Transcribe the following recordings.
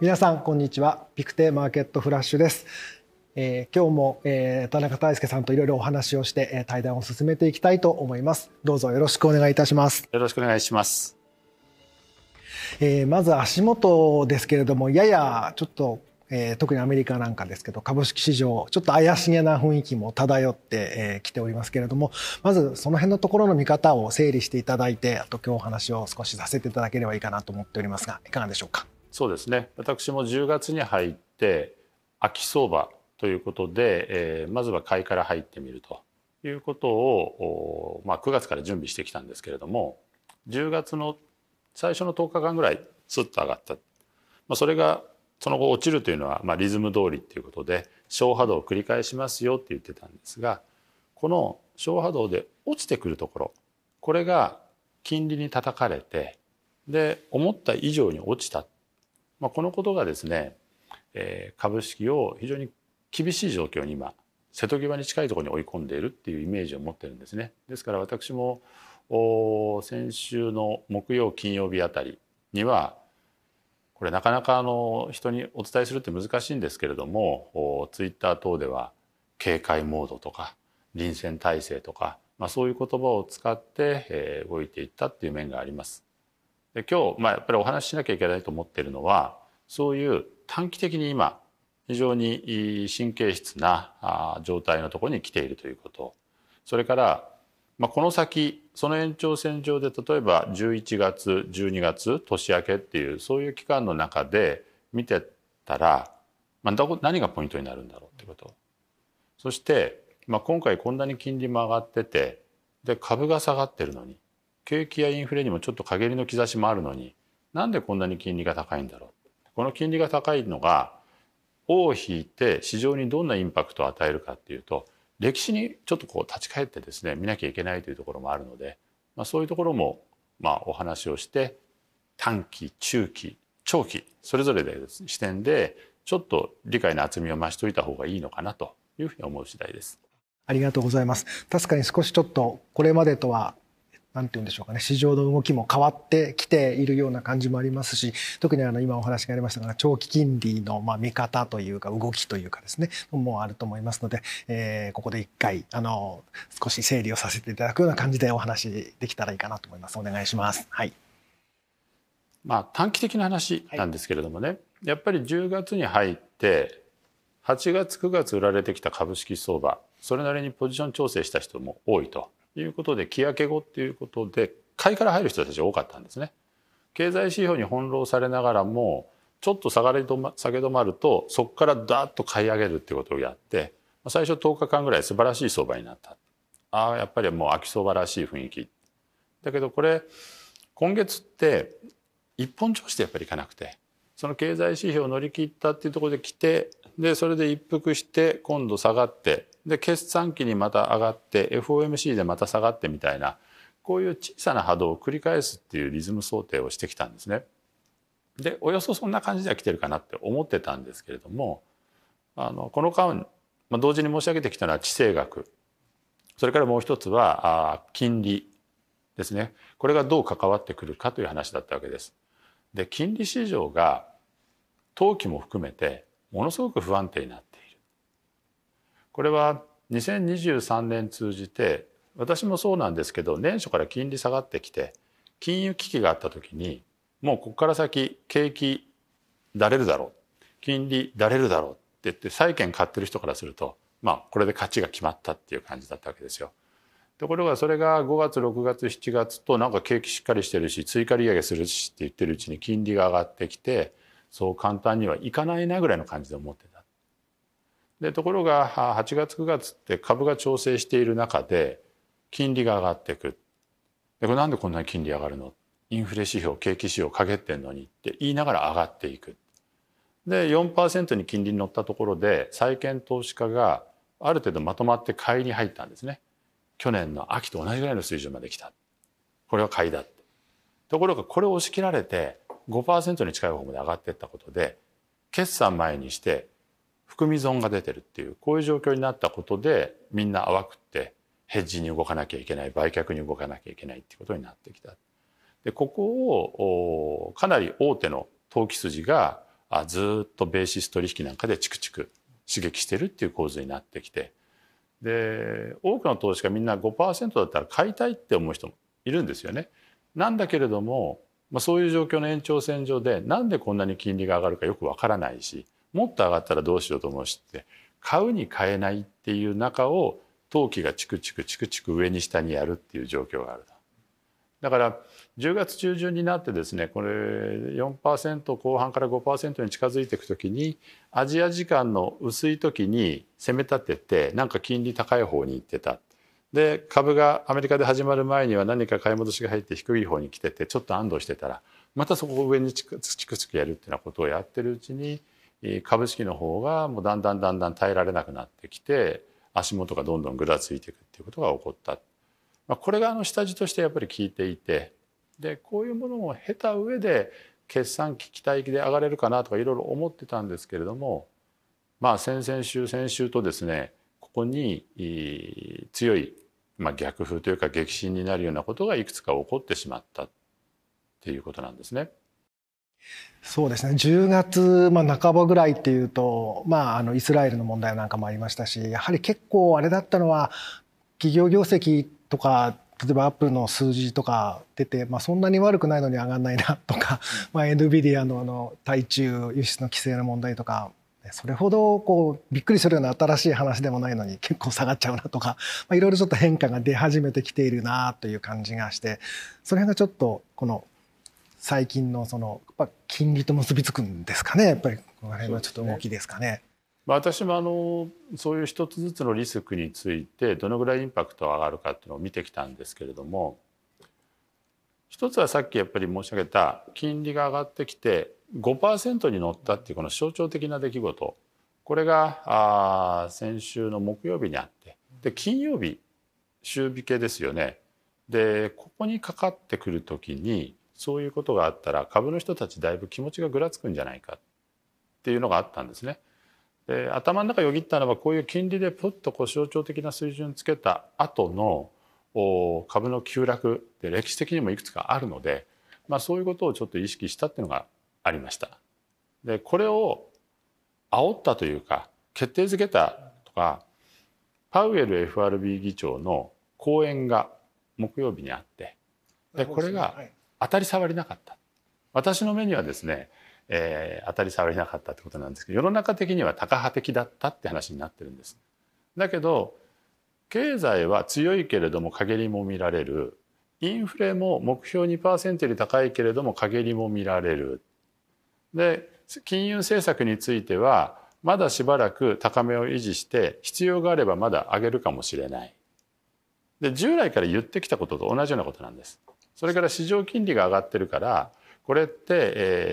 皆さんこんにちは。ピクテマーケットフラッシュです。今日も、田中大輔さんといろいろお話をして、対談を進めていきたいと思います。どうぞよろしくお願いいたします。 よろしくお願いします。 まず足元ですけれども、ややちょっと、特にアメリカなんかですけど、株式市場ちょっと怪しげな雰囲気も漂ってきておりますけれども、まずその辺のところの見方を整理していただいて、あと今日お話を少しさせていただければいいかなと思っておりますが、いかがでしょうか。 そうですね。私も10月に入って秋相場ということで、まずは買いから入ってみるということを、9月から準備してきたんですけれども、10月の最初の10日間ぐらいスッと上がった。それがその後落ちるというのは、リズム通りっていうことで小波動を繰り返しますよって言ってたんですが、この小波動で落ちてくるところ、これが金利に叩かれて、で思った以上に落ちた。このことがですね、株式を非常に厳しい状況に今瀬戸際に近いところに追い込んでいるっていうイメージを持ってるんですね。ですから私も先週の木曜金曜日あたりには、これなかなか人にお伝えするって難しいんですけれども、ツイッター等では警戒モードとか臨戦態勢とか、そういう言葉を使って、動いていったっていう面があります。で今日、やっぱりお話ししなきゃいけないと思っているのは、そういう短期的に今非常に神経質な状態のところに来ているということ、それから、この先その延長線上で例えば11月12月年明けっていうそういう期間の中で見てたら、何がポイントになるんだろうってこと、そして、今回こんなに金利も上がってて、で株が下がってるのに、景気やインフレにもちょっと陰りの兆しもあるのに、なんでこんなに金利が高いんだろう。この金利が高いのが尾を引いて市場にどんなインパクトを与えるかっていうと、歴史にちょっと立ち返ってですね見なきゃいけないというところもあるので、そういうところもお話をして、短期中期長期それぞれで視点でちょっと理解の厚みを増しといた方がいいのかなというふうに思う次第です。 ありがとうございます。確かに少しちょっとこれまでとはなんて言うんでしょうかね、市場の動きも変わってきているような感じもありますし、特に今お話がありましたが、長期金利の見方というか動きというかですね、もあると思いますので、ここで一回少し整理をさせていただくような感じでお話できたらいいかなと思います。お願いします。はい。 短期的な話なんですけれどもね、やっぱり10月に入って8月9月売られてきた株式相場、それなりにポジション調整した人も多いということで、木明け後っていうことで買いから入る人たちが多かったんですね。経済指標に翻弄されながらもちょっと下げ止まると、そこからダーッと買い上げるっていうことをやって、最初10日間ぐらい素晴らしい相場になった。やっぱりもう秋相場らしい雰囲気だけど、これ今月って一本調子でやっぱりいかなくて、その経済指標を乗り切ったっていうところで来て、でそれで一服して今度下がって、で決算期にまた上がって FOMC でまた下がってみたいな、こういう小さな波動を繰り返すっていうリズム想定をしてきたんですね。でおよそそんな感じでは来てるかなって思ってたんですけれども、この間、同時に申し上げてきたのは地政学、それからもう一つは金利ですね。これがどう関わってくるかという話だったわけです。で金利市場が当期も含めてものすごく不安定になっている。これは2023年通じて、私もそうなんですけど、年初から金利下がってきて金融危機があった時に、もうここから先景気だれるだろう、金利だれるだろうって言って債券買ってる人からすると、これで勝ちが決まったっていう感じだったわけですよ。ところがそれが5月6月7月となんか景気しっかりしてるし追加利上げするしって言ってるうちに金利が上がってきて、そう簡単にはいかないなぐらいの感じで思ってた。でところが8月9月って株が調整している中で金利が上がっていく。でこれなんでこんなに金利上がるの、インフレ指標景気指標陰ってんのにって言いながら上がっていく。で 4% に金利に乗ったところで債券投資家がある程度まとまって買いに入ったんですね。去年の秋と同じぐらいの水準まで来た。これは買いだ。ところがこれを押し切られて 5% に近い方まで上がっていったことで、決算前にして含み損が出てるっていう、こういう状況になったことで、みんな淡くってヘッジに動かなきゃいけない、売却に動かなきゃいけないっていうことになってきた。でここをかなり大手の投機筋がずっとベーシス取引なんかでチクチク刺激してるっていう構図になってきて、で多くの投資家みんな 5% だったら買いたいって思う人もいるんですよね。なんだけれども、そういう状況の延長線上でなんでこんなに金利が上がるかよくわからないし、もっと上がったらどうしようと思うしって買うに買えないっていう中を投機がチクチクチクチク上に下にやるっていう状況があると。だから10月中旬になってですね、これ 4% 後半から 5% に近づいていくときに、アジア時間の薄い時に攻め立ててなんか金利高い方に行ってた。で株がアメリカで始まる前には何か買い戻しが入って低い方に来ててちょっと安堵してたら、またそこを上にチクチクやるっていうようなことをやってるうちに、株式の方がもうだんだん耐えられなくなってきて、足元がどんどんぐらついていくっていうことが起こった。これが下地としてやっぱり効いていて、でこういうものを経た上で決算期待で上がれるかなとかいろいろ思ってたんですけれども、先々週先週とですね、ここに強い逆風というか激震になるようなことがいくつか起こってしまったっていうことなんですね。 そうですね、10月、半ばぐらいっていうと、イスラエルの問題なんかもありましたし、やはり結構あれだったのは企業業績とか、例えばアップルの数字とか出て、そんなに悪くないのに上がらないなとか、NVIDIA の対中輸出の規制の問題とか、それほどびっくりするような新しい話でもないのに結構下がっちゃうなとか、いろいろちょっと変化が出始めてきているなという感じがして、その辺がちょっとこの最近のやっぱ金利と結びつくんですかね。やっぱりこの辺はちょっと動きですかね。 私もそういう一つずつのリスクについてどのぐらいインパクトが上がるかっていうのを見てきたんですけれども、一つはさっきやっぱり申し上げた金利が上がってきて 5% に乗ったっていうこの象徴的な出来事、これが先週の木曜日にあって、で金曜日週引けですよね。でここにかかってくる時にそういうことがあったら株の人たちだいぶ気持ちがぐらつくんじゃないかっていうのがあったんですね。で頭の中よぎったのは、こういう金利でプッと象徴的な水準つけた後の株の急落で歴史的にもいくつかあるので、そういうことをちょっと意識したっていうのがありました。でこれを煽ったというか決定づけたとか、パウエル FRB 議長の講演が木曜日にあって、でこれが当たり障りなかった。私の目にはですね、当たり障りなかったってことなんですけど、世の中的にはタカ派的だったって話になってるんです。だけど経済は強いけれども陰りも見られる、インフレも目標 2% より高いけれども陰りも見られる、で金融政策についてはまだしばらく高めを維持して必要があればまだ上げるかもしれない。で従来から言ってきたことと同じようなことなんです。それから市場金利が上がってるから、これって、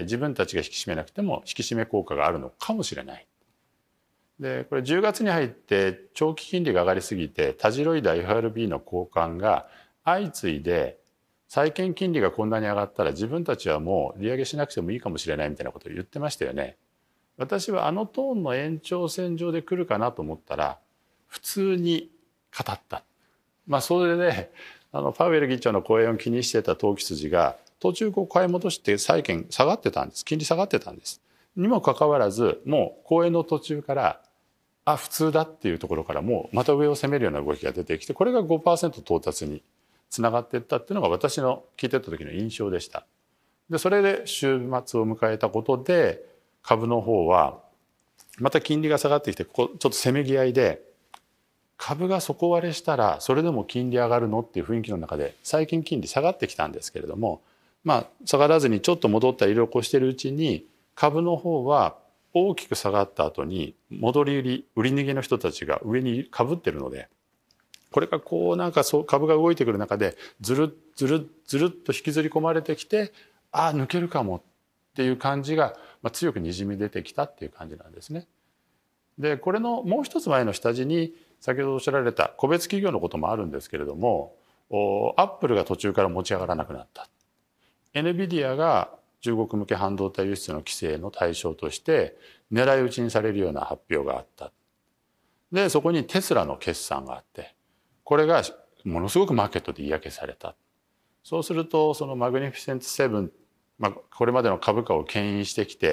自分たちが引き締めなくても引き締め効果があるのかもしれない。でこれ10月に入って長期金利が上がりすぎてたじろいだ FRB の高官が相次いで、債券金利がこんなに上がったら自分たちはもう利上げしなくてもいいかもしれないみたいなことを言ってましたよね。私はトーンの延長線上で来るかなと思ったら普通に語った。それでパウエル議長の講演を気にしてた投機筋が途中買い戻して債券下がってたんです。金利下がってたんです。にもかかわらず、もう講演の途中から普通だっていうところからもうまた上を攻めるような動きが出てきて、これが 5% 到達につながっていったっていうのが私の聞いてた時の印象でした。でそれで週末を迎えたことで株の方はまた金利が下がってきて、ここちょっとせめぎ合いで、株が底割れしたらそれでも金利上がるのっていう雰囲気の中で最近金利下がってきたんですけれども、下がらずにちょっと戻ったりいろいろこうしてるうちに株の方は大きく下がった後に戻り売り逃げの人たちが上にかぶってるので、これが株が動いてくる中でずるっと引きずり込まれてきて、抜けるかもっていう感じが強くにじみ出てきたっていう感じなんですね。でこれのもう一つ前の下地に先ほどおっしゃられた個別企業のこともあるんですけれども、アップルが途中から持ち上がらなくなった、NVIDIA が中国向け半導体輸出の規制の対象として狙い撃ちにされるような発表があった。でそこにテスラの決算があって、これがものすごくマーケットで嫌気された。そうするとそのマグニフィセントセブン、これまでの株価を牽引してきて、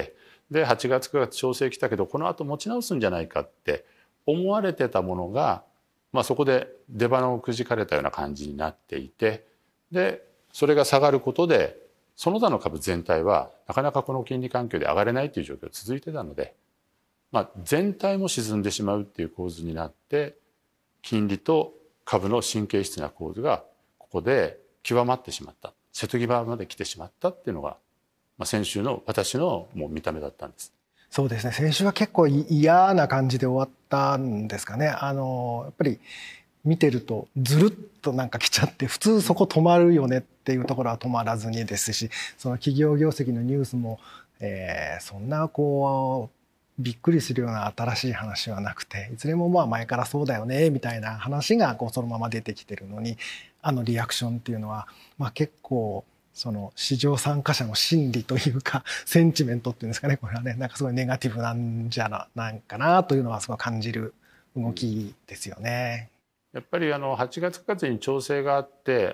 で8月9月調整来たけどこのあと持ち直すんじゃないかって思われてたものが、そこで出鼻をくじかれたような感じになっていて、でそれが下がることでその他の株全体はなかなかこの金利環境で上がれないという状況が続いてたので、全体も沈んでしまうっていう構図になって、金利と株の神経質な構図がここで極まってしまった、瀬戸際まで来てしまったっていうのが、先週の私のもう見た目だったんです。 そうですね、先週は結構嫌な感じで終わったんですかね。やっぱり見てるとずるっとなんか来ちゃって、普通そこ止まるよねっていうところは止まらずにですし、その企業業績のニュースも、そんなびっくりするような新しい話はなくて、いずれも前からそうだよねみたいな話がそのまま出てきてるのに、リアクションっていうのは、結構その市場参加者の心理というかセンチメントっていうんですかね、これはね、なんかすごいネガティブなんじゃないかなというのはすごい感じる動きですよね。 やっぱり8月9月に調整があって、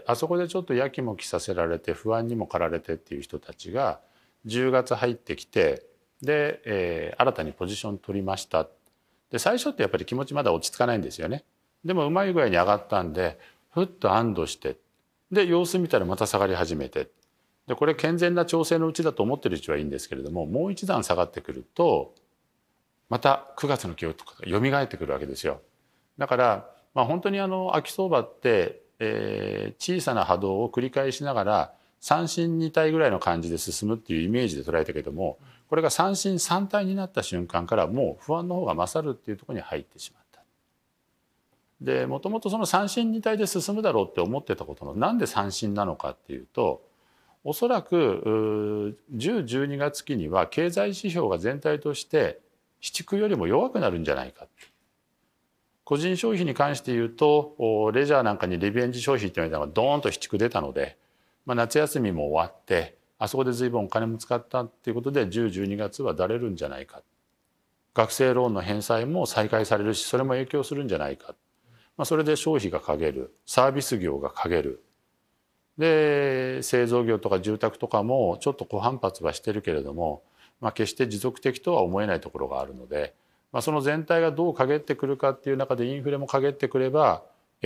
あそこでちょっとやきもきさせられて不安にも駆られてっていう人たちが10月入ってきて、で、新たにポジション取りました。で最初ってやっぱり気持ちまだ落ち着かないんですよね。でもうまい具合に上がったんでふっと安堵して、で様子見たらまた下がり始めて、でこれ健全な調整のうちだと思ってるうちはいいんですけれども、もう一段下がってくるとまた9月の記憶とかが蘇ってくるわけですよ。だから本当に秋相場って、小さな波動を繰り返しながら三進二退ぐらいの感じで進むっていうイメージで捉えたけども、これが三進三退になった瞬間からもう不安の方が勝るっていうところに入ってしまった。でもともとその三進二退で進むだろうって思ってたことのなんで三進なのかっていうと、おそらく10、12月期には経済指標が全体として7、9よりも弱くなるんじゃないか。個人消費に関して言うとレジャーなんかにリベンジ消費っていうのがドーンと7、9出たので、夏休みも終わってあそこで随分お金も使ったっていうことで10、12月はだれるんじゃないか。学生ローンの返済も再開されるしそれも影響するんじゃないか。それで消費が陰る、サービス業が陰る。で製造業とか住宅とかもちょっと反発はしてるけれども、決して持続的とは思えないところがあるので、その全体がどう陰ってくるかっていう中でインフレも陰ってくれば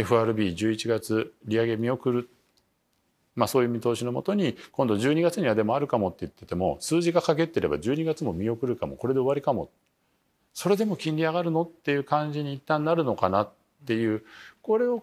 FRB11 月利上げ見送る、そういう見通しのもとに今度12月にはでもあるかもって言ってても、数字が陰ってれば12月も見送るかも、これで終わりかも、それでも金利上がるのっていう感じに一旦なるのかなっていう、これを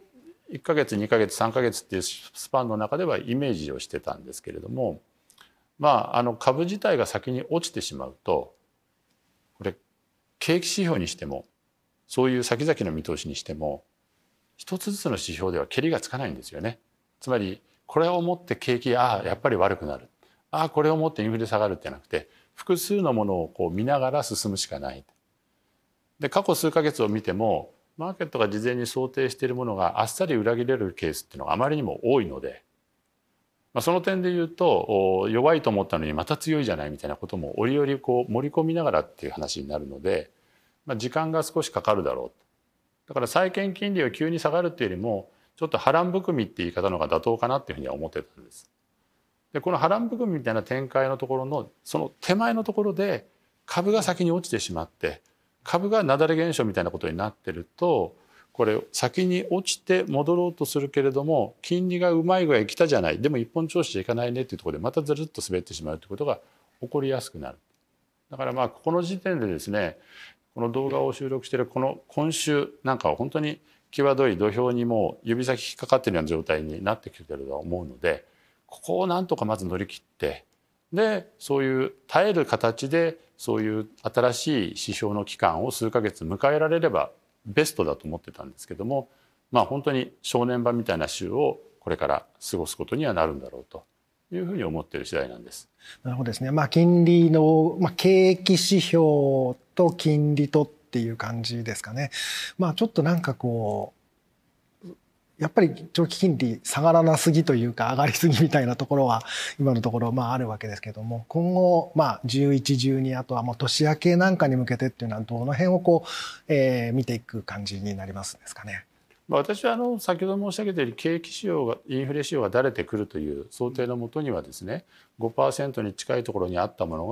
1ヶ月2ヶ月3ヶ月っていうスパンの中ではイメージをしてたんですけれども、株自体が先に落ちてしまうと、これ景気指標にしてもそういう先々の見通しにしても一つずつの指標ではけりがつかないんですよね。つまりこれをもって景気やっぱり悪くなる、これをもってインフレ下がるってじゃなくて、複数のものを見ながら進むしかない。で過去数ヶ月を見てもマーケットが事前に想定しているものがあっさり裏切れるケースっていうのがあまりにも多いので、その点で言うと弱いと思ったのにまた強いじゃないみたいなことも折々盛り込みながらっていう話になるので、時間が少しかかるだろう。だから債券金利が急に下がるっていうよりもちょっと波乱含みって言い方の方が妥当かなっていうふうには思ってたんです。でこの波乱含みみたいな展開のところのその手前のところで株が先に落ちてしまって株が雪崩現象みたいなことになってると、これ先に落ちて戻ろうとするけれども金利がうまい具合来たじゃない、でも一本調子じゃいかないねっていうところでまたずるっと滑ってしまうということが起こりやすくなる。だからここの時点でですね、この動画を収録しているこの今週なんかは本当に際どい土俵にもう指先引っかかっているような状態になってきていると思うので、ここをなんとかまず乗り切って、でそういう耐える形でそういう新しい指標の期間を数ヶ月迎えられればベストだと思ってたんですけども、本当に正念場みたいな週をこれから過ごすことにはなるんだろうというふうに思っている次第なんです。 なるほどですね。金利の、景気指標と金利とっていう感じですかね。ちょっとなんかやっぱり長期金利下がらなすぎというか上がりすぎみたいなところは今のところあるわけですけども、今後11、12、あとはもう年明けなんかに向けてっていうのはどの辺を見ていく感じになりますですかね。 私は先ほど申し上げたように景気指標がインフレ指標がだれてくるという想定のもとにはですね、5% に近いところにあったものが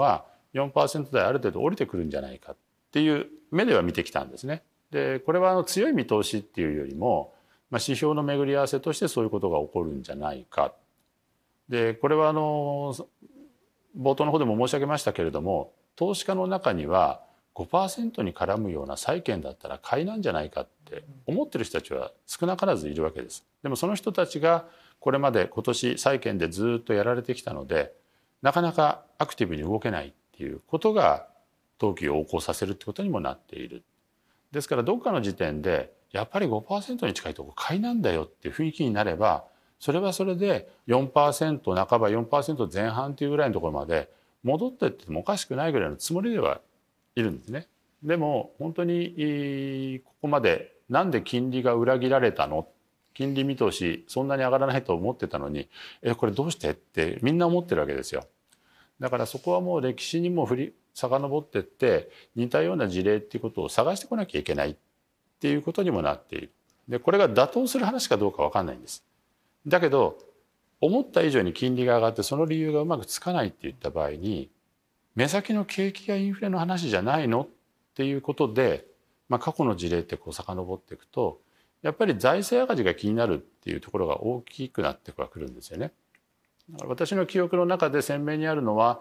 4% 台ある程度降りてくるんじゃないかっていう目では見てきたんですね。でこれは強い見通しっていうよりも、指標の巡り合わせとしてそういうことが起こるんじゃないか。でこれは冒頭の方でも申し上げましたけれども、投資家の中には 5% に絡むような債券だったら買いなんじゃないかって思ってる人たちは少なからずいるわけです。でもその人たちがこれまで今年債券でずっとやられてきたので、なかなかアクティブに動けないっていうことが投機を横行させるってことにもなっている。ですからどっかの時点でやっぱり 5% に近いところ買いなんだよっていう雰囲気になれば、それはそれで 4% 半ば 4% 前半というぐらいのところまで戻っていってもおかしくないぐらいのつもりではいるんですね。でも本当にここまでなんで金利が裏切られたの、金利見通しそんなに上がらないと思ってたのにこれどうしてってみんな思ってるわけですよ。だからそこはもう歴史にも遡ってって似たような事例っていうことを探してこなきゃいけないっていうことにもなっている。でこれが妥当する話かどうか分かんないんです。だけど思った以上に金利が上がってその理由がうまくつかないっていった場合に、目先の景気やインフレの話じゃないのっていうことで、過去の事例って遡っていくとやっぱり財政赤字が気になるっていうところが大きくなってくるんですよね。だから私の記憶の中で鮮明にあるのは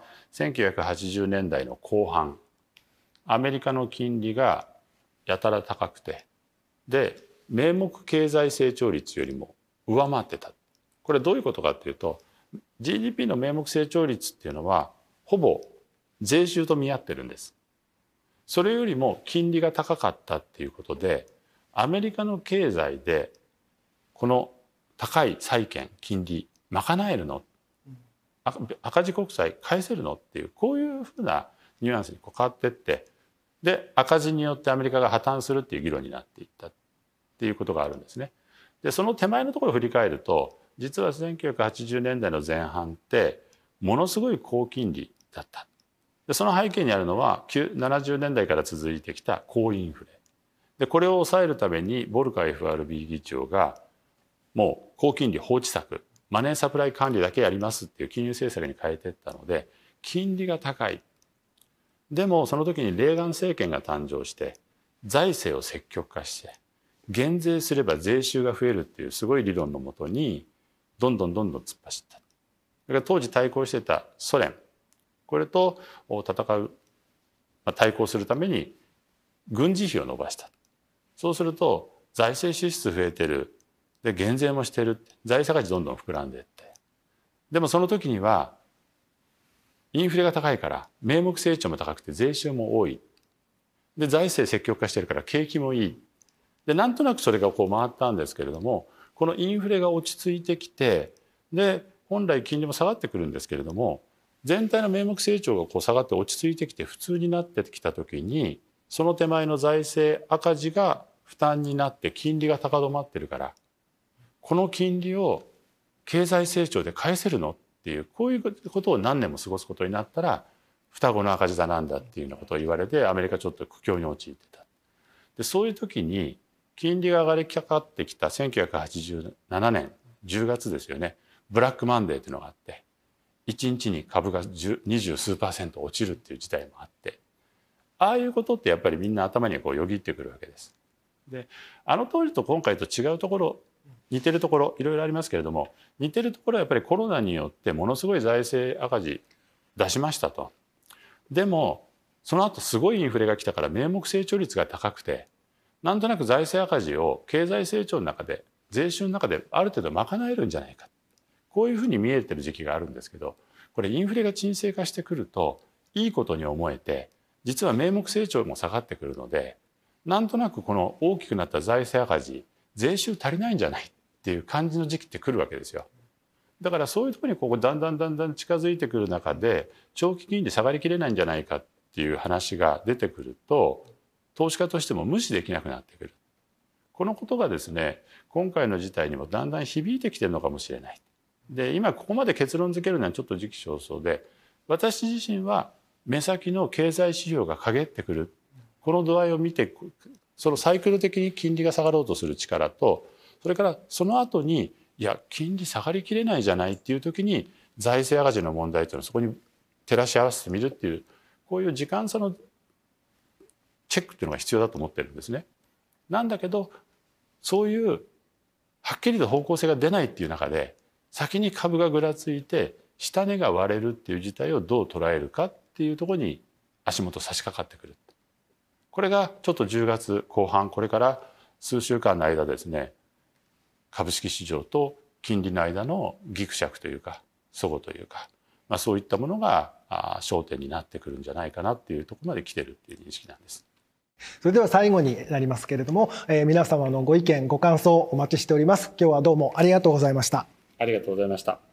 1980年代の後半、アメリカの金利がやたら高くて、で名目経済成長率よりも上回ってた。これどういうことかっていうと、 GDP の名目成長率っていうのはほぼ税収と見合ってるんです。それよりも金利が高かったっていうことで、アメリカの経済でこの高い債券金利賄えるの、赤字国債返せるのっていう、こういうふうなニュアンスに変わっていって、で赤字によってアメリカが破綻するっていう議論になっていったっていうことがあるんですね。でその手前のところを振り返ると、実は1980年代の前半ってものすごい高金利だった。でその背景にあるのは70年代から続いてきた高インフレで、これを抑えるためにボルカ FRB 議長がもう高金利放置策、マネーサプライ管理だけやりますっていう金融政策に変えていったので、金利が高い。でもその時にレーガン政権が誕生して財政を積極化して減税すれば税収が増えるっていうすごい理論のもとにどんどん突っ走った。だから当時対抗してたソ連、これと戦う、対抗するために軍事費を伸ばした。そうすると財政支出増えてる、で減税もしてる、財政赤字どんどん膨らんでいって、でもその時にはインフレが高いから名目成長も高くて税収も多い、で財政積極化してるから景気もいいで、なんとなくそれが回ったんですけれども、このインフレが落ち着いてきて、で本来金利も下がってくるんですけれども、全体の名目成長が下がって落ち着いてきて普通になってきた時に、その手前の財政赤字が負担になって金利が高止まってるから、この金利を経済成長で返せるのっていう、こういうことを何年も過ごすことになったら双子の赤字だなんだっていうようなことを言われて、アメリカちょっと苦境に陥ってた。でそういう時に金利が上がりかかってきた1987年10月ですよね、ブラックマンデーというのがあって、1日に株が20数%落ちるっていう事態もあって、ああいうことってやっぱりみんな頭によぎってくるわけです。であの当時と今回と違うところ、似てるところいろいろありますけれども、似てるところはやっぱりコロナによってものすごい財政赤字出しましたと。でもその後すごいインフレが来たから名目成長率が高くて、なんとなく財政赤字を経済成長の中で税収の中である程度賄えるんじゃないか、こういうふうに見えてる時期があるんですけど、これインフレが沈静化してくるといいことに思えて、実は名目成長も下がってくるので、なんとなくこの大きくなった財政赤字、税収足りないんじゃないっていう感じの時期って来るわけですよ。だからそういうところにだんだん近づいてくる中で、長期金利下がりきれないんじゃないかっていう話が出てくると、投資家としても無視できなくなってくる。このことがですね、今回の事態にもだんだん響いてきてるのかもしれない。で今ここまで結論付けるのはちょっと時期尚早で、私自身は目先の経済指標が陰ってくる、この度合いを見て、そのサイクル的に金利が下がろうとする力と、それからその後にいや金利下がりきれないじゃないっていう時に財政赤字の問題というのをそこに照らし合わせてみるっていう、 こういう時間差のチェックっていうのが必要だと思ってるんですね。なんだけどそういうはっきりと方向性が出ないっていう中で先に株がぐらついて下値が割れるっていう事態をどう捉えるかっていうところに足元差し掛かってくる。これがちょっと10月後半これから数週間の間ですね、株式市場と金利の間のギクシャクというか齟齬というか、そういったものが焦点になってくるんじゃないかなっていうところまで来てるっていう認識なんです。 それでは最後になりますけれども、皆様のご意見ご感想お待ちしております。今日はどうもありがとうございました。 ありがとうございました。